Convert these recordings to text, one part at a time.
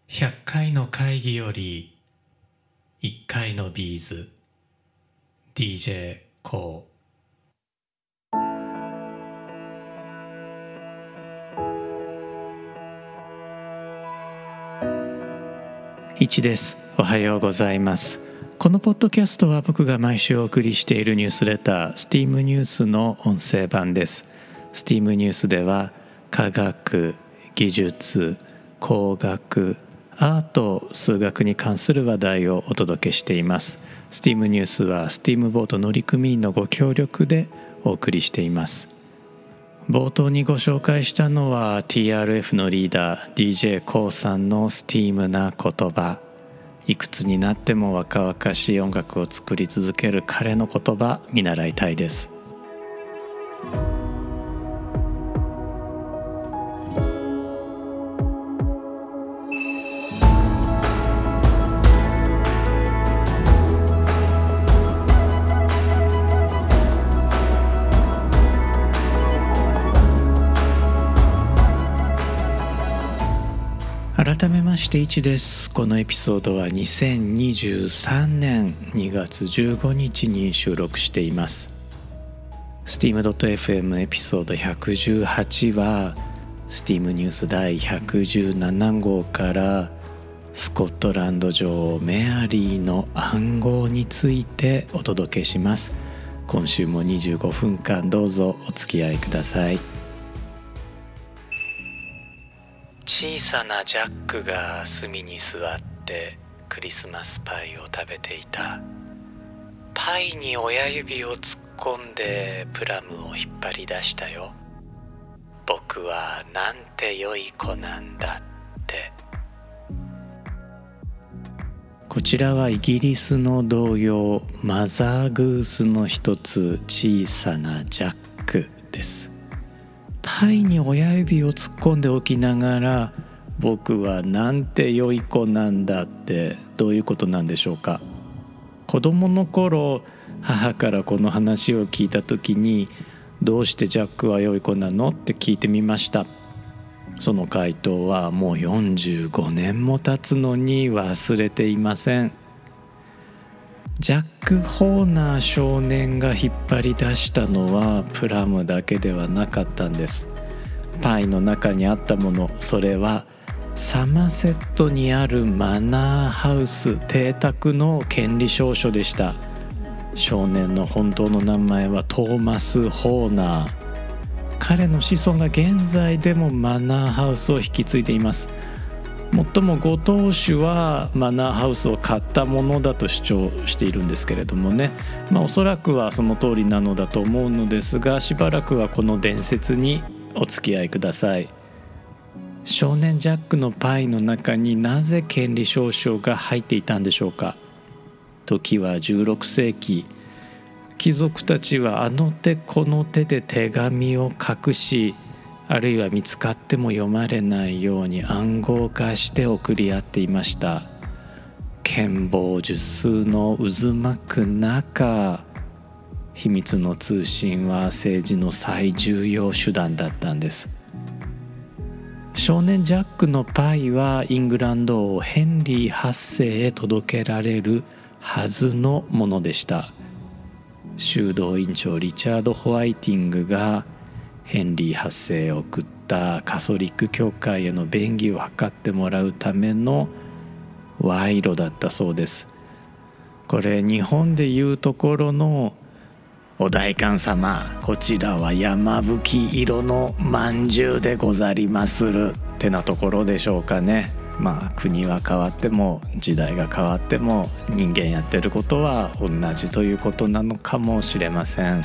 100回の会議より1回のビーズ DJ コー1です。おはようございます。このポッドキャストは僕が毎週お送りしているニュースレター STEAM ニュースの音声版です。 STEAM ニュースでは科学、技術、工学、アート、数学に関する話題をお届けしています。 STEAM ニュースは STEAM ボート乗組員のご協力でお送りしています。冒頭にご紹介したのは TRF のリーダー DJ コーさんの STEAM な言葉。いくつになっても若々しい音楽を作り続ける彼の言葉、見習いたいです。改めまして1です。このエピソードは2023年2月15日に収録しています。 steam.fm エピソード118は STEAM ニュース第117号からスコットランド女王メアリーの暗号についてお届けします。今週も25分間どうぞお付き合いください。小さなジャックが隅に座ってクリスマスパイを食べていた。パイに親指を突っ込んでプラムを引っ張り出したよ。僕はなんて良い子なんだって。こちらはイギリスの童謡マザーグースの一つ、小さなジャックです。パイに親指を突っ込んでおきながら、僕はなんて良い子なんだってどういうことなんでしょうか。子供の頃、母からこの話を聞いた時に、どうしてジャックは良い子なのって聞いてみました。その回答はもう45年も経つのに忘れていません。ジャック・ホーナー少年が引っ張り出したのはプラムだけではなかったんです。パイの中にあったもの、それはサマセットにあるマナーハウス、邸宅の権利証書でした。少年の本当の名前はトーマス・ホーナー。彼の子孫が現在でもマナーハウスを引き継いでいます。もっともご当主はマナーハウスを買ったものだと主張しているんですけれどもね、おそらくはその通りなのだと思うのですが、しばらくはこの伝説にお付き合いください。少年ジャックのパイの中になぜ権利証書が入っていたんでしょうか。時は16世紀、貴族たちはあの手この手で手紙を隠し、あるいは見つかっても読まれないように暗号化して送り合っていました。剣謀術数の渦巻く中、秘密の通信は政治の最重要手段だったんです。少年ジャックのパイはイングランド王ヘンリー8世へ届けられるはずのものでした。修道院長リチャード・ホワイティングがヘンリー8世へ送ったカソリック教会への便宜を図ってもらうための賄賂だったそうです。これ日本でいうところのお代官様、こちらは山吹色のまんじゅうでござりまするってなところでしょうかね。国は変わっても時代が変わっても人間やってることは同じということなのかもしれません。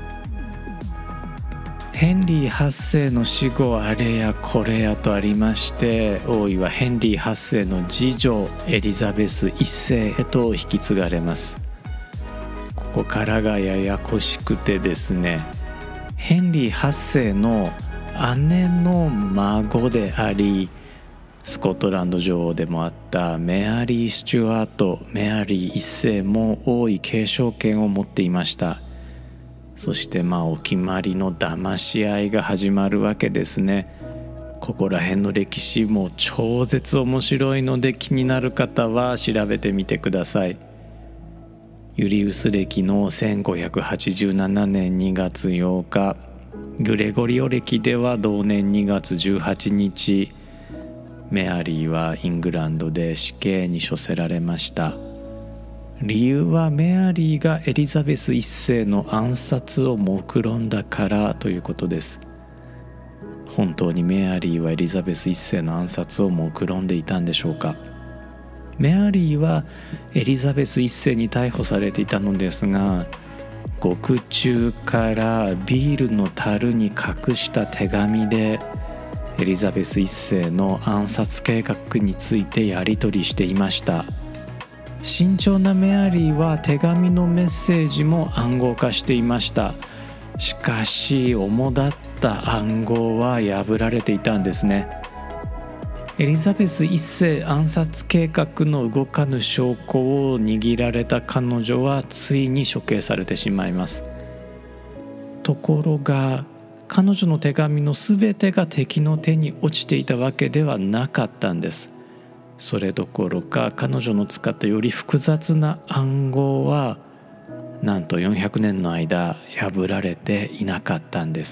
ヘンリー8世の死後、あれやこれやとありまして、王位はヘンリー8世の次女エリザベス1世へと引き継がれます。ここからがややこしくてですね、ヘンリー8世の姉の孫であり、スコットランド女王でもあったメアリー・スチュワート、メアリー1世も王位継承権を持っていました。そしてお決まりの騙し合いが始まるわけですね。 ここら辺の歴史も超絶面白いので、気になる方は調べてみてください。ユリウス暦の1587年2月8日、グレゴリオ暦では同年2月18日、メアリーはイングランドで死刑に処せられました。理由はメアリーがエリザベス一世の暗殺を目論んだからということです。本当にメアリーはエリザベス一世の暗殺を目論んでいたんでしょうか。メアリーはエリザベス一世に逮捕されていたのですが、獄中からビールの樽に隠した手紙でエリザベス一世の暗殺計画についてやり取りしていました。慎重なメアリーは手紙のメッセージも暗号化していました。しかし主だった暗号は破られていたんですね。エリザベス一世暗殺計画の動かぬ証拠を握られた彼女はついに処刑されてしまいます。ところが彼女の手紙のすべてが敵の手に落ちていたわけではなかったんです。それどころか彼女の使ったより複雑な暗号はなんと400年の間破られていなかったんです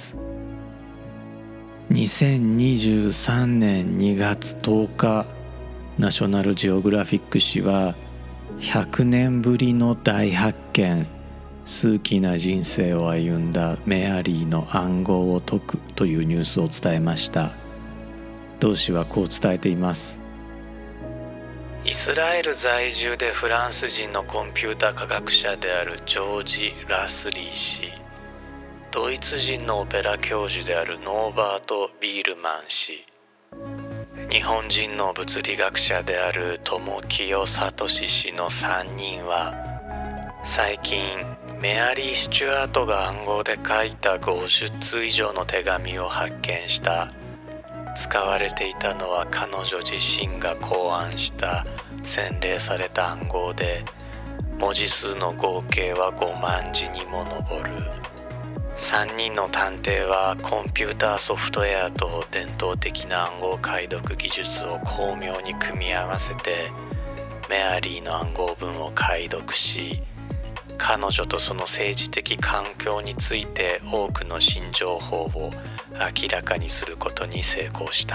。2023年2月10日、ナショナルジオグラフィック誌は100年ぶりの大発見、数奇な人生を歩んだメアリーの暗号を解くというニュースを伝えました。同誌はこう伝えています。イスラエル在住でフランス人のコンピュータ科学者であるジョージ・ラスリー氏、ドイツ人のオペラ教授であるノーバート・ビールマン氏、日本人の物理学者である友清聡氏の3人は最近メアリー・スチュアートが暗号で書いた50通以上の手紙を発見した。使われていたのは彼女自身が考案した洗練された暗号で、文字数の合計は5万字にも上る。3人の探偵はコンピューターソフトウェアと伝統的な暗号解読技術を巧妙に組み合わせてメアリーの暗号文を解読し、彼女とその政治的環境について多くの新情報を明らかにすることに成功した。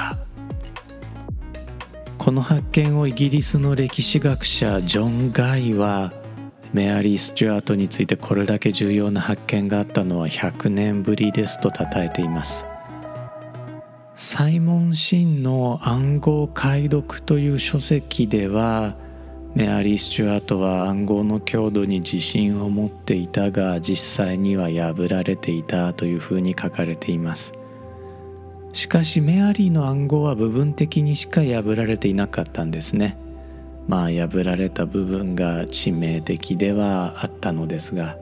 この発見をイギリスの歴史学者ジョン・ガイは、メアリー・スチュアートについてこれだけ重要な発見があったのは100年ぶりですと称えています。サイモン・シンの暗号解読という書籍では、メアリー・スチュアートは暗号の強度に自信を持っていたが実際には破られていたというふうに書かれています。しかしメアリーの暗号は部分的にしか破られていなかったんですね。破られた部分が致命的ではあったのですが、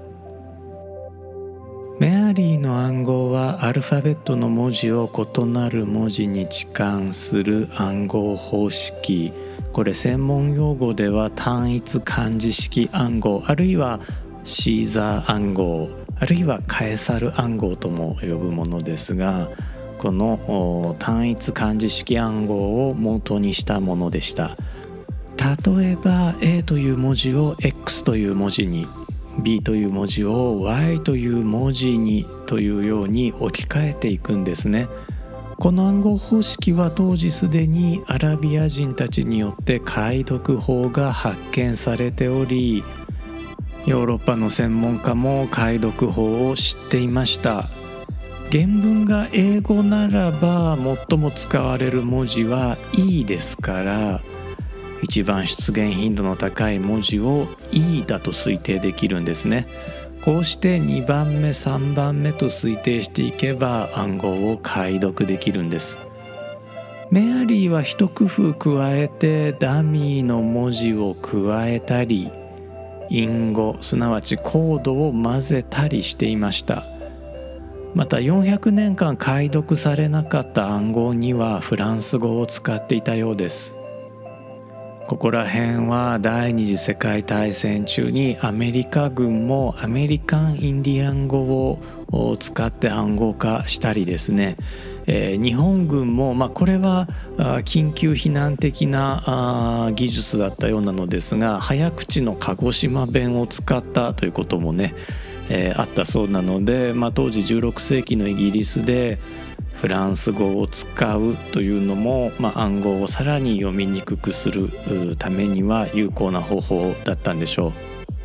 メアリーの暗号はアルファベットの文字を異なる文字に置換する暗号方式、これ専門用語では単一漢字式暗号、あるいはシーザー暗号、あるいはカエサル暗号とも呼ぶものですが、この単一漢字式暗号を元にしたものでした。例えば A という文字を X という文字に、 B という文字を Y という文字にというように置き換えていくんですね。この暗号方式は当時すでにアラビア人たちによって解読法が発見されており、ヨーロッパの専門家も解読法を知っていました。原文が英語ならば最も使われる文字は E ですから、一番出現頻度の高い文字を E だと推定できるんですね。こうして2番目3番目と推定していけば暗号を解読できるんです。メアリーは一工夫加えてダミーの文字を加えたり、隠語すなわちコードを混ぜたりしていました。また400年間解読されなかった暗号にはフランス語を使っていたようです。ここら辺は第二次世界大戦中にアメリカ軍もアメリカンインディアン語を使って暗号化したりですね、 日本軍も、これは緊急避難的な技術だったようなのですが、早口の鹿児島弁を使ったということもね、あったそうなので、当時16世紀のイギリスでフランス語を使うというのも、暗号をさらに読みにくくするためには有効な方法だったんでしょう。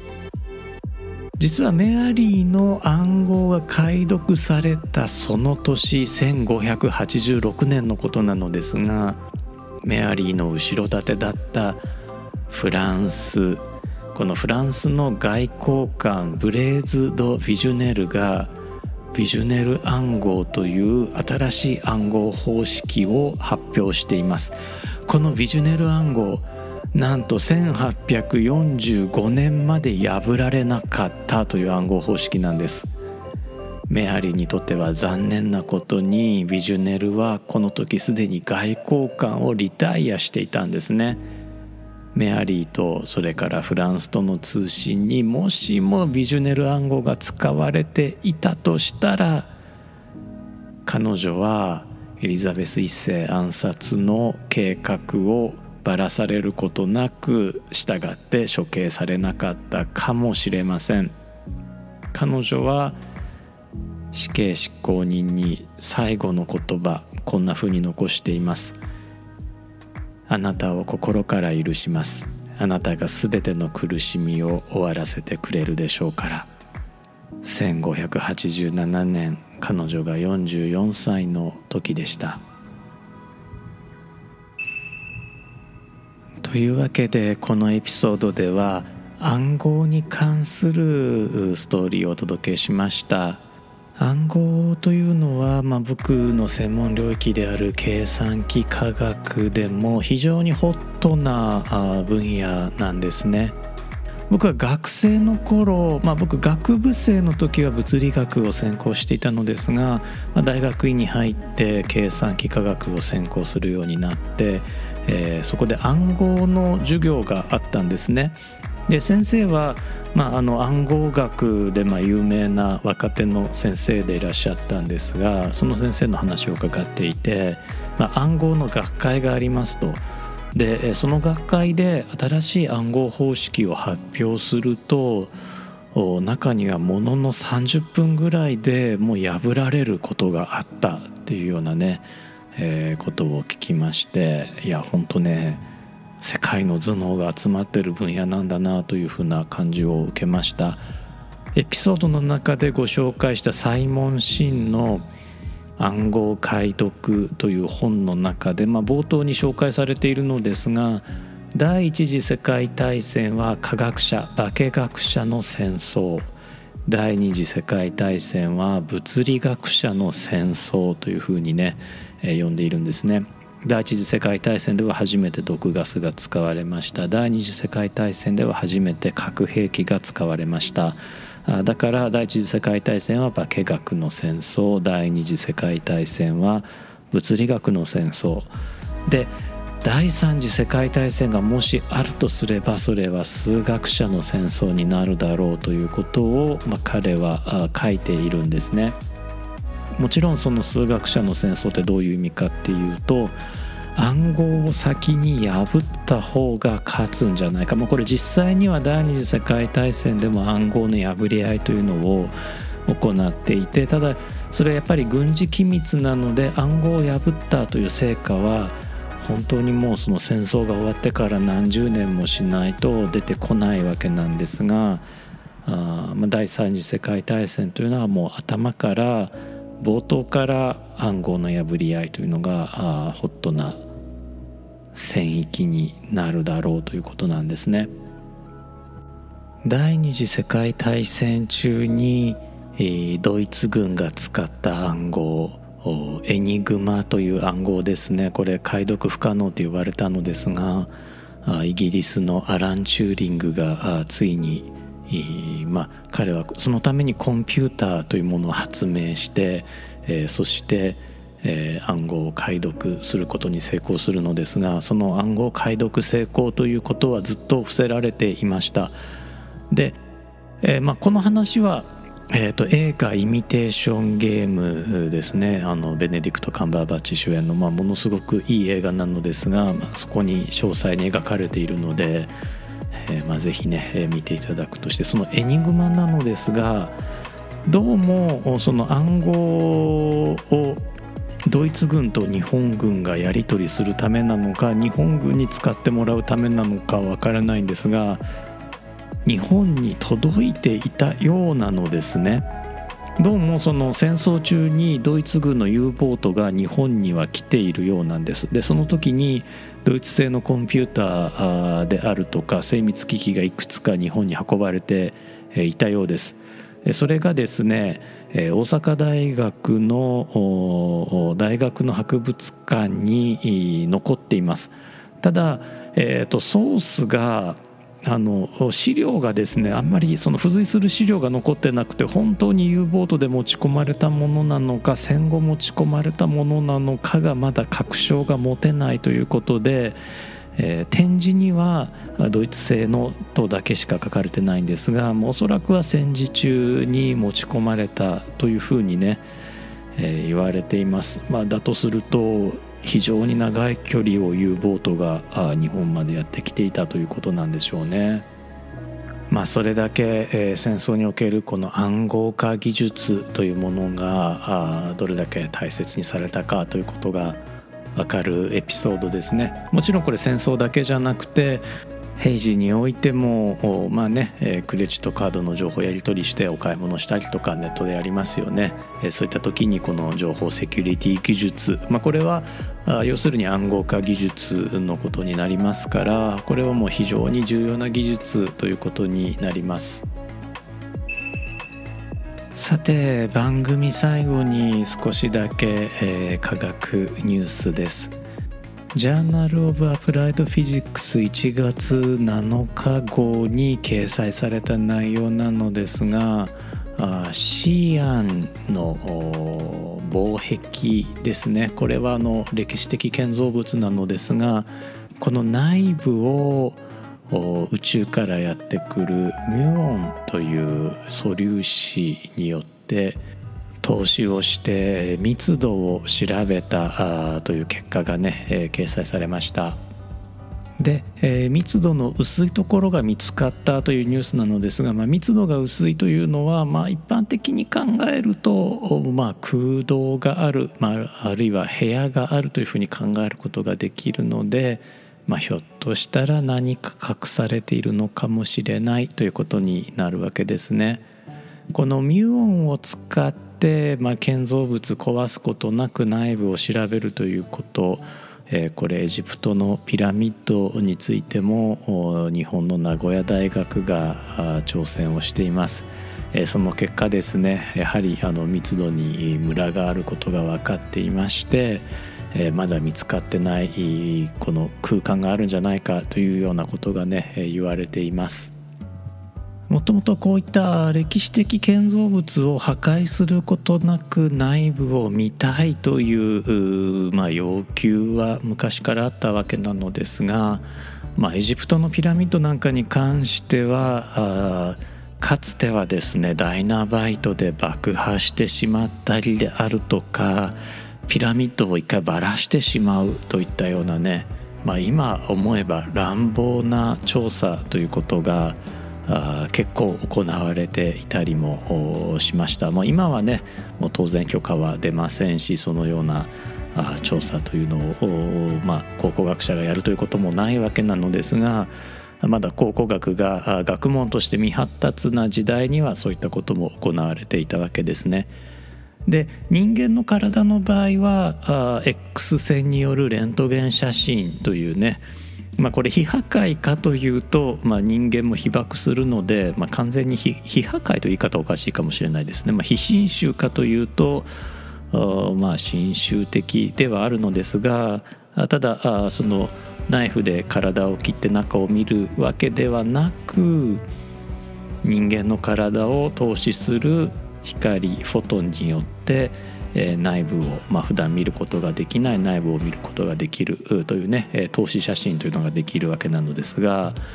実はメアリーの暗号が解読されたその年、1586年のことなのですが、メアリーの後ろ盾だったフランス、このフランスの外交官ブレーズ・ド・ヴィジュネルがヴィジュネル暗号という新しい暗号方式を発表しています。このヴィジュネル暗号、なんと1845年まで破られなかったという暗号方式なんです。メアリーにとっては残念なことに、ヴィジュネルはこの時すでに外交官をリタイアしていたんですね。メアリーとそれからフランスとの通信にもしもヴィジュネル暗号が使われていたとしたら、彼女はエリザベス一世暗殺の計画をばらされることなく、従って処刑されなかったかもしれません。彼女は死刑執行人に最後の言葉、こんな風に残しています。あなたを心から許します。あなたがすべての苦しみを終わらせてくれるでしょうから。1587年、彼女が44歳の時でした。というわけで、このエピソードでは暗号に関するストーリーをお届けしました。暗号というのは、僕の専門領域である計算機科学でも非常にホットな分野なんですね。僕は学生の頃、僕学部生の時は物理学を専攻していたのですが、大学院に入って計算機科学を専攻するようになって、そこで暗号の授業があったんですね。で、先生は、暗号学で有名な若手の先生でいらっしゃったんですが、その先生の話を伺っていて、暗号の学会がありますと。で、その学会で新しい暗号方式を発表すると、中にはものの30分ぐらいでもう破られることがあったっていうようなね、ことを聞きまして、いや本当ね、世界の頭脳が集まっている分野なんだなというふうな感じを受けました。エピソードの中でご紹介したサイモン・シンの暗号解読という本の中で、冒頭に紹介されているのですが、第一次世界大戦は科学者、化学者の戦争、第二次世界大戦は物理学者の戦争というふうにね、呼んでいるんですね。第一次世界大戦では初めて毒ガスが使われました。第二次世界大戦では初めて核兵器が使われました。だから第一次世界大戦は化学の戦争、第二次世界大戦は物理学の戦争で、第三次世界大戦がもしあるとすれば、それは数学者の戦争になるだろうということを、彼は書いているんですね。もちろんその数学者の戦争ってどういう意味かっていうと、暗号を先に破った方が勝つんじゃないか。これ実際には第二次世界大戦でも暗号の破り合いというのを行っていて、ただそれはやっぱり軍事機密なので、暗号を破ったという成果は本当にもうその戦争が終わってから何十年もしないと出てこないわけなんですが、第三次世界大戦というのはもう頭から冒頭から暗号の破り合いというのがホットな戦域になるだろうということなんですね。第二次世界大戦中に、ドイツ軍が使った暗号、エニグマという暗号ですね。これ解読不可能と言われたのですが、イギリスのアラン・チューリングがついに、彼はそのためにコンピューターというものを発明して、そして暗号を解読することに成功するのですが、その暗号解読成功ということはずっと伏せられていました。で、この話は映画イミテーションゲームですね、ベネディクト・カンバーバッチ主演の、ものすごくいい映画なのですが、そこに詳細に描かれているので、ぜひね、見ていただくとして、そのエニグマなのですが、どうもその暗号をドイツ軍と日本軍がやり取りするためなのか、日本軍に使ってもらうためなのかわからないんですが、日本に届いていたようなのですね。どうもその戦争中にドイツ軍の U ボートが日本には来ているようなんです。でその時にドイツ製のコンピューターであるとか精密機器がいくつか日本に運ばれていたようです。それがですね、大阪大学の博物館に残っています。ただ、ソースが資料がですね、あんまりその付随する資料が残ってなくて、本当に U ボートで持ち込まれたものなのか、戦後持ち込まれたものなのかがまだ確証が持てないということで、展示にはドイツ製のとだけしか書かれてないんですが、おそらくは戦時中に持ち込まれたというふうにね、言われています。だとすると非常に長い距離を U ボートが日本までやってきていたということなんでしょうね。それだけ、戦争におけるこの暗号化技術というものがどれだけ大切にされたかということが分かるエピソードですね。もちろんこれ戦争だけじゃなくて平時においてもクレジットカードの情報をやり取りしてお買い物したりとかネットでやりますよね。そういった時にこの情報セキュリティ技術、これは要するに暗号化技術のことになりますから、これはもう非常に重要な技術ということになります。さて番組最後に少しだけ、科学ニュースです。ジャーナル・オブ・アプライド・フィジックス1月7日号に掲載された内容なのですが、シアンの防壁ですね。これは歴史的建造物なのですが、この内部を宇宙からやってくるミュオンという素粒子によって透視をして密度を調べたという結果がね、掲載されました。で、密度の薄いところが見つかったというニュースなのですが、密度が薄いというのは、一般的に考えると、空洞がある、あるいは部屋があるというふうに考えることができるので、ひょっとしたら何か隠されているのかもしれないということになるわけですね。このミュオンを使って、建造物壊すことなく内部を調べるということ、これエジプトのピラミッドについても日本の名古屋大学が挑戦をしています。その結果ですね、やはり密度にムラがあることが分かっていまして、まだ見つかってないこの空間があるんじゃないかというようなことがね、言われています。もともとこういった歴史的建造物を破壊することなく内部を見たいという、要求は昔からあったわけなのですが、エジプトのピラミッドなんかに関してはかつてはですね、ダイナバイトで爆破してしまったりであるとか、ピラミッドを一回ばらしてしまうといったようなね、今思えば乱暴な調査ということが結構行われていたりもしました。今はね、もう当然許可は出ませんし、そのような調査というのを、考古学者がやるということもないわけなのですが、まだ考古学が学問として未発達な時代にはそういったことも行われていたわけですね。で、人間の体の場合はX 線によるレントゲン写真というね、これ非破壊かというと、人間も被爆するので、完全に非破壊という言い方はおかしいかもしれないですね。非侵襲かというと侵襲的ではあるのですが、ただそのナイフで体を切って中を見るわけではなく、人間の体を透視する光フォトンによって内部を、普段見ることができない内部を見ることができるというね、透視写真というのができるわけなのですが、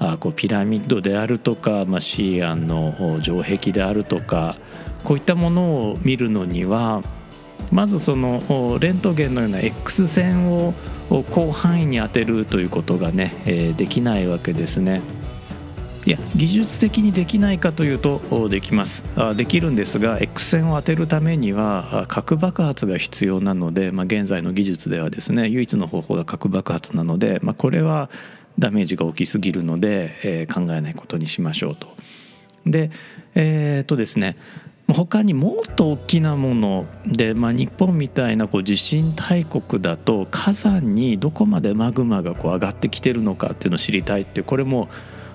こうピラミッドであるとか、シーアンの城壁であるとか、こういったものを見るのにはまずそのレントゲンのような X 線を広範囲に当てるということがね、できないわけですね。いや、技術的にできないかというとできます。できるんですが、 X 線を当てるためには核爆発が必要なので、現在の技術ではですね唯一の方法が核爆発なので、これはダメージが大きすぎるので、考えないことにしましょうと。で、ですね他にもっと大きなもので、日本みたいな地震大国だと火山にどこまでマグマが上がってきてるのかっていうのを知りたいっていう、これも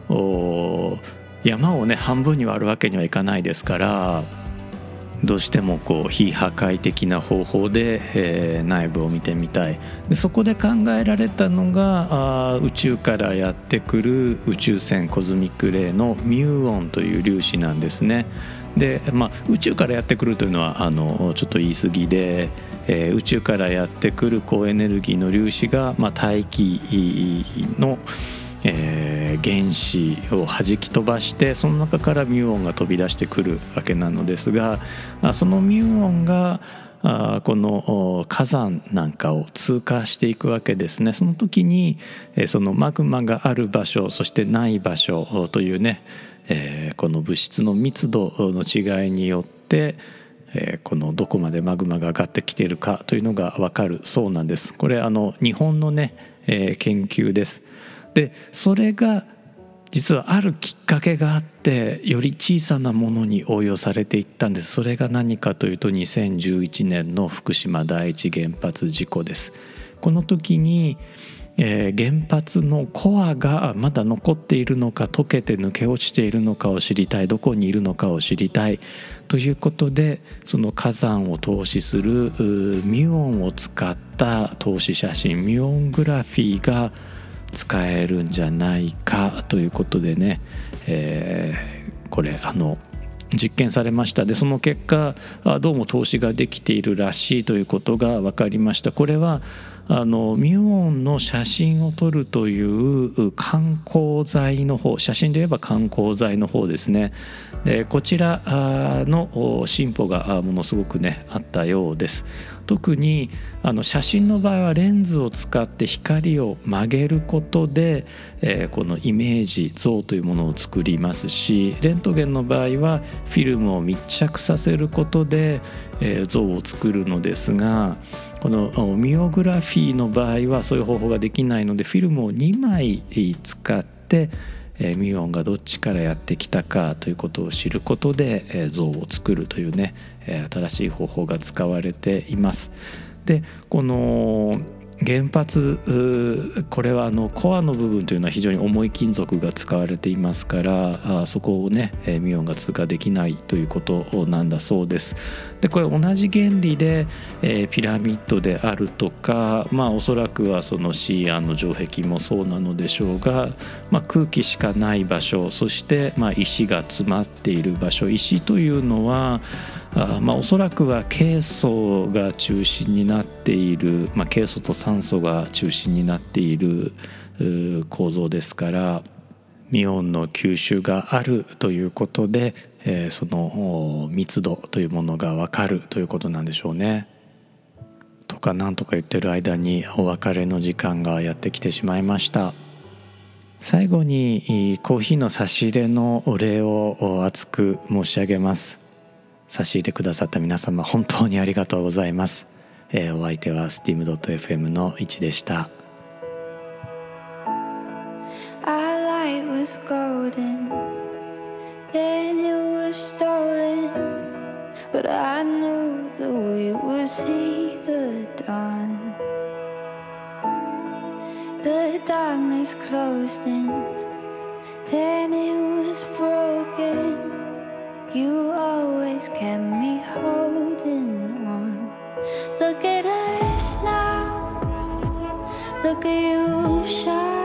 山をね半分に割るわけにはいかないですから、どうしても非破壊的な方法で、内部を見てみたい。でそこで考えられたのが宇宙からやってくる宇宙船コズミックレイのミューオンという粒子なんですね。で、宇宙からやってくるというのはちょっと言い過ぎで、宇宙からやってくる高エネルギーの粒子が、大気の原子を弾き飛ばして、その中からミューオンが飛び出してくるわけなのですが、そのミューオンがこの火山なんかを通過していくわけですね。その時にそのマグマがある場所、そしてない場所というね、この物質の密度の違いによってこのどこまでマグマが上がってきているかというのが分かるそうなんです。これ日本のね、研究です。でそれが実はあるきっかけがあって、より小さなものに応用されていったんです。それが何かというと、2011年の福島第一原発事故です。この時に原発のコアがまだ残っているのか、溶けて抜け落ちているのかを知りたい、どこにいるのかを知りたいということで、その火山を透視するミュオンを使った透視写真、ミュオングラフィーが使えるんじゃないかということでね、これ実験されました。でその結果どうも透視ができているらしいということが分かりました。これはミュオンの写真を撮るという観光剤の方、写真で言えば観光剤の方ですね。でこちらの進歩がものすごくねあったようです。特に写真の場合はレンズを使って光を曲げることで、このイメージ像というものを作りますし、レントゲンの場合はフィルムを密着させることで、像を作るのですが、このミオグラフィーの場合はそういう方法ができないので、フィルムを2枚使ってミュオンがどっちからやってきたかということを知ることで像を作るというね、新しい方法が使われています。でこの原発、これはコアの部分というのは非常に重い金属が使われていますから、そこをねミュオンが通過できないということなんだそうです。でこれ同じ原理で、ピラミッドであるとか、おそらくはそのシーアンの城壁もそうなのでしょうが、空気しかない場所、そして、石が詰まっている場所、石というのはおそらくはケイ素が中心になっている、ケイ素と酸素が中心になっている構造ですから、ミオンの吸収があるということで、その密度というものが分かるということなんでしょうね。とかなんとか言ってる間にお別れの時間がやってきてしまいました。最後にコーヒーの差し入れのお礼を厚く申し上げます。差し入れくださった皆様本当にありがとうございます。お相手は steam.fm の1でした。 Our light was golden, then it was stolen, but I knew that we would see the dawn. The darkness closed in, then it was broken.You always kept me holding on. Look at us now, look at you shine.